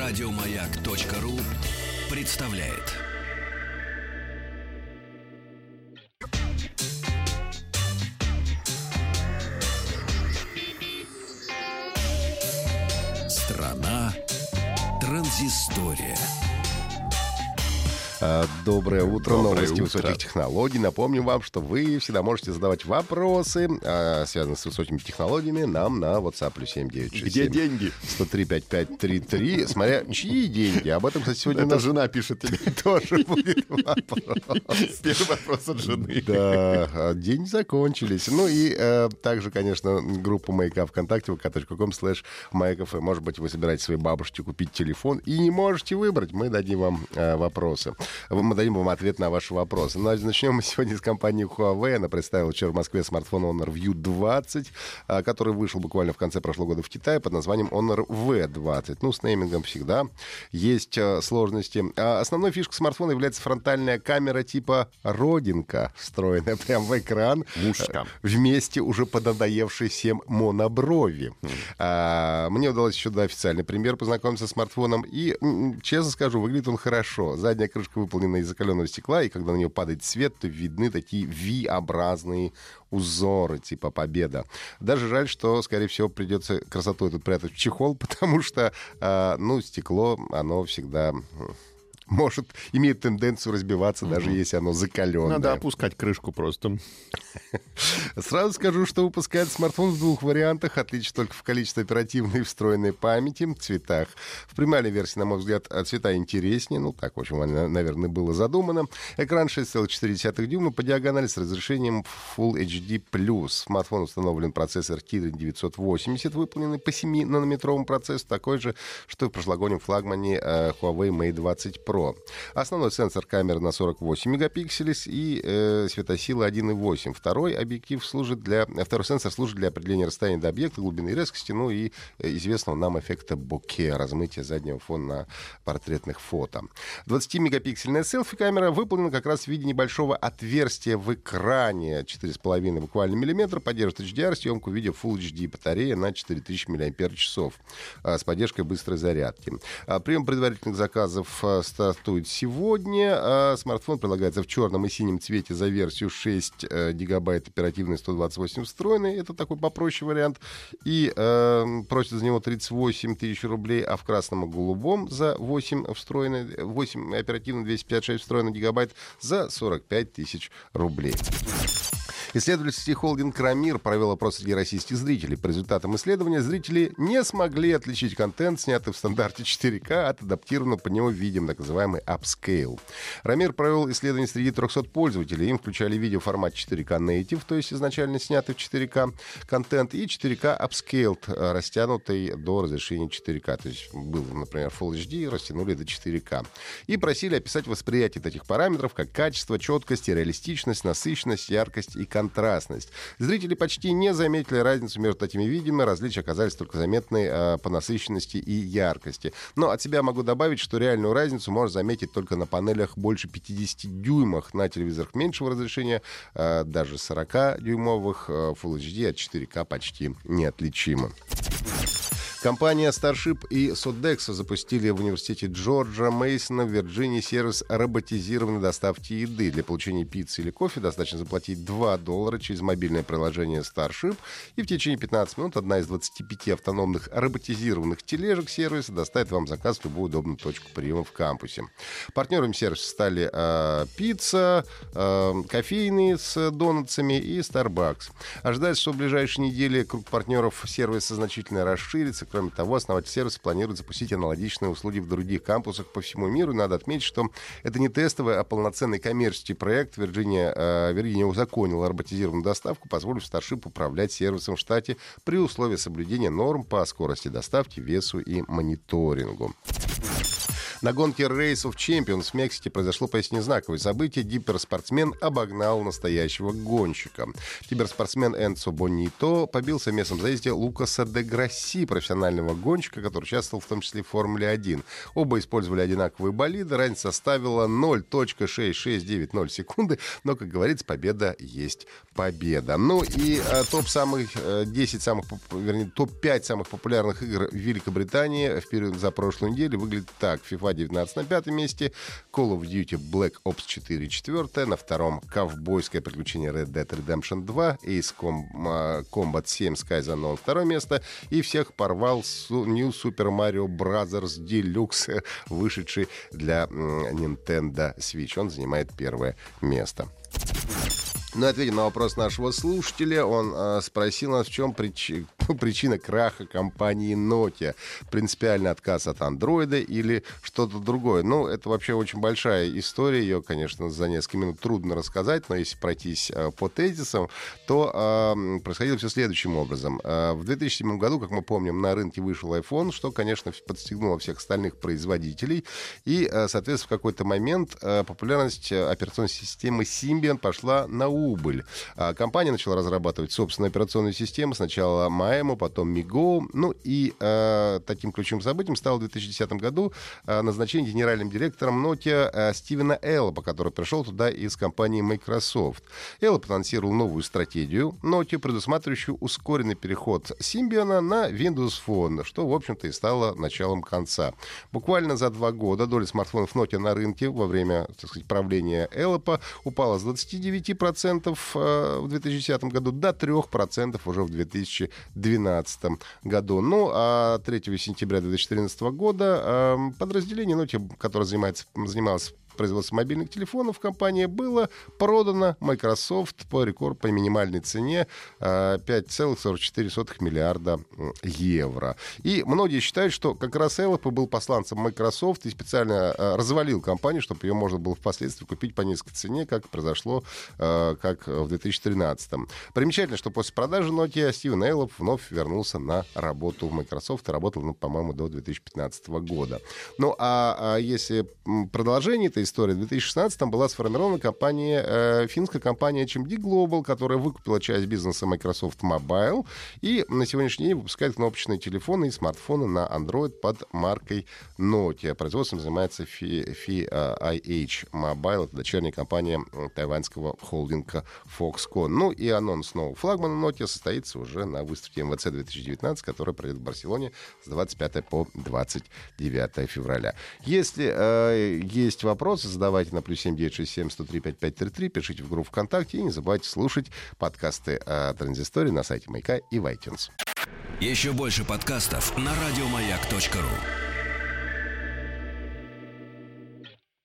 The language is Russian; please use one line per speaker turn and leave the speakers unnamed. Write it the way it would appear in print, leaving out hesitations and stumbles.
Радиомаяк.ру представляет. Страна транзистория.
Доброе утро. Новости высоких технологий. Напомним вам, что вы всегда можете задавать вопросы, связанные с высокими технологиями, нам на WhatsApp +7 967.
Где деньги?
103 5533. Смотря чьи деньги. Об этом, кстати, сегодня...
Это жена пишет тебе.
Тоже будет вопрос.
Первый вопрос от жены.
Да, деньги закончились. Ну и также, конечно, группа Маяка ВКонтакте, vk.com/Маяков. Может быть, вы собираетесь своей бабушке купить телефон и не можете выбрать. Мы дадим вам вопросы. Мы дадим вам ответ на ваши вопросы. Ну, начнем мы сегодня с компании Huawei. Она представила вчера в Москве смартфон Honor View 20, который вышел буквально в конце прошлого года в Китае под названием Honor V20. Ну, с неймингом всегда есть сложности. Основной фишкой смартфона является фронтальная камера типа родинка, встроенная прямо в экран.
Мушка.
Вместе уже поднадоевшей всем моноброви. Мне удалось еще до официальный пример познакомиться с смартфоном. И, честно скажу, выглядит он хорошо. Задняя крышка выполнена из закаленного стекла, и когда на нее падает свет, то видны такие V-образные узоры, типа победа. Даже жаль, что, скорее всего, придется красоту эту прятать в чехол, потому что, стекло, оно всегда... имеет тенденцию разбиваться, даже если оно закаленное.
Надо опускать крышку просто.
Сразу скажу, что выпускает смартфон в двух вариантах. Отличие только в количестве оперативной и встроенной памяти, цветах. В премиальной версии, на мой взгляд, цвета интереснее. Ну, так, в общем, наверное, было задумано. Экран 6,4 дюйма по диагонали с разрешением Full HD+. В смартфон установлен процессор Kirin 980, выполненный по 7-нанометровому процессу, такой же, что и в прошлогоднем флагмане Huawei Mate 20 Pro. Основной сенсор камеры на 48 мегапикселей и светосила 1,8. Второй сенсор служит для определения расстояния до объекта, глубины и резкости, ну и известного нам эффекта боке, размытия заднего фона на портретных фото. 20-мегапиксельная селфи-камера выполнена как раз в виде небольшого отверстия в экране. 4,5 буквально миллиметра, поддерживает HDR, съемку в виде Full HD, батарея на 4000 мАч с поддержкой быстрой зарядки. Прием предварительных заказов стартует сегодня. Смартфон предлагается в черном и синем цвете за версию 6 гигабайт оперативной, 128 встроенной. Это такой попроще вариант. И просят за него 38 тысяч рублей, а в красном и голубом за 8 оперативной, 256 встроенный гигабайт за 45 тысяч рублей. Исследовательский холдинг «Рамир» провел опрос среди российских зрителей. По результатам исследования зрители не смогли отличить контент, снятый в стандарте 4К, от адаптированного под него видео, так называемый upscale. «Рамир» провел исследование среди 300 пользователей. Им включали видео в формате 4К Native, то есть изначально снятый в 4К контент, и 4К upscaled, растянутый до разрешения 4К. То есть был, например, Full HD, растянули до 4К. И просили описать восприятие этих параметров как качество, четкость, реалистичность, насыщенность, яркость и контрастность. Зрители почти не заметили разницу между этими видео, различия оказались только заметны по насыщенности и яркости. Но от себя могу добавить, что реальную разницу можно заметить только на панелях больше 50 дюймах, на телевизорах меньшего разрешения, даже 40-дюймовых Full HD от 4К почти неотличимо. Компания Starship и Sodexo запустили в университете Джорджа Мейсона в Вирджинии сервис роботизированной доставки еды. Для получения пиццы или кофе достаточно заплатить $2 через мобильное приложение Starship, и в течение 15 минут одна из 25 автономных роботизированных тележек сервиса доставит вам заказ в любую удобную точку приема в кампусе. Партнерами сервиса стали пицца, кофейные с донатсами и Starbucks. Ожидается, что в ближайшие недели круг партнеров сервиса значительно расширится. Кроме того, основатель сервиса планирует запустить аналогичные услуги в других кампусах по всему миру. Надо отметить, что это не тестовый, а полноценный коммерческий проект. Вирджиния узаконила роботизированную доставку, позволив Starship управлять сервисом в штате при условии соблюдения норм по скорости доставки, весу и мониторингу. На гонке Race of Champions в Мексике произошло поистине знаковое событие. Гиперспортсмен обогнал настоящего гонщика. Киберспортсмен Энцо Бонито побил в совместном заезде Лукаса де Грасси, профессионального гонщика, который участвовал в том числе в Формуле 1. Оба использовали одинаковые болиды. Разница составила 0,6690 секунды. Но, как говорится, победа есть победа. Ну и топ-5 самых популярных игр в Великобритании в период за прошлую неделю выглядит так. FIFA 19 на 5 месте, Call of Duty Black Ops 4 4, на втором ковбойское приключение Red Dead Redemption 2, Ace Combat 7 Skies Unknown 2 место, и всех порвал New Super Mario Bros. Deluxe, вышедший для Nintendo Switch. Он занимает первое место. Ну, ответим на вопрос нашего слушателя. Он спросил нас, в чем причина краха компании Nokia. Принципиальный отказ от андроида или что-то другое. Ну, это вообще очень большая история. Ее, конечно, за несколько минут трудно рассказать, но если пройтись по тезисам, то происходило все следующим образом. В 2007 году, как мы помним, на рынке вышел iPhone, что, конечно, подстегнуло всех остальных производителей. И, соответственно, в какой-то момент популярность операционной системы Symbian пошла на убыль. Компания начала разрабатывать собственную операционную систему. Сначала Maemo, потом MeGo. Ну и таким ключевым событием стало в 2010 году назначение генеральным директором Nokia Стивена Эллопа, который пришел туда из компании Microsoft. Эллоп анонсировал новую стратегию Nokia, предусматривающую ускоренный переход Symbian на Windows Phone, что, в общем-то, и стало началом конца. Буквально за 2 года доля смартфонов Nokia на рынке во время, так сказать, правления Эллопа упала с 29% в 2010 году до 3% уже в 2012 году. Ну, а 3 сентября 2013 года подразделение Nokia, которое занималось производством мобильных телефонов, компания было продано Microsoft по минимальной цене 5,44 миллиарда евро. И многие считают, что как раз Эллоп был посланцем Microsoft и специально развалил компанию, чтобы ее можно было впоследствии купить по низкой цене, как произошло как в 2013. Примечательно, что после продажи Nokia Стивен Эллоп вновь вернулся на работу в Microsoft и работал, по-моему, до 2015 года. Ну, а если продолжение этой истории, в 2016-м была сформирована финская компания HMD Global, которая выкупила часть бизнеса Microsoft Mobile и на сегодняшний день выпускает кнопочные телефоны и смартфоны на Android под маркой Nokia. Производством занимается FIH Mobile, это дочерняя компания тайваньского холдинга Foxconn. Ну и анонс нового флагмана Nokia состоится уже на выставке МВЦ 2019, которая пройдет в Барселоне с 25 по 29 февраля. Если есть вопросы, задавайте на +7 967 103 5533, пишите в группу ВКонтакте и не забывайте слушать подкасты Транзистории на сайте Маяка и в iTunes.
Еще больше подкастов на радиомаяк.ру.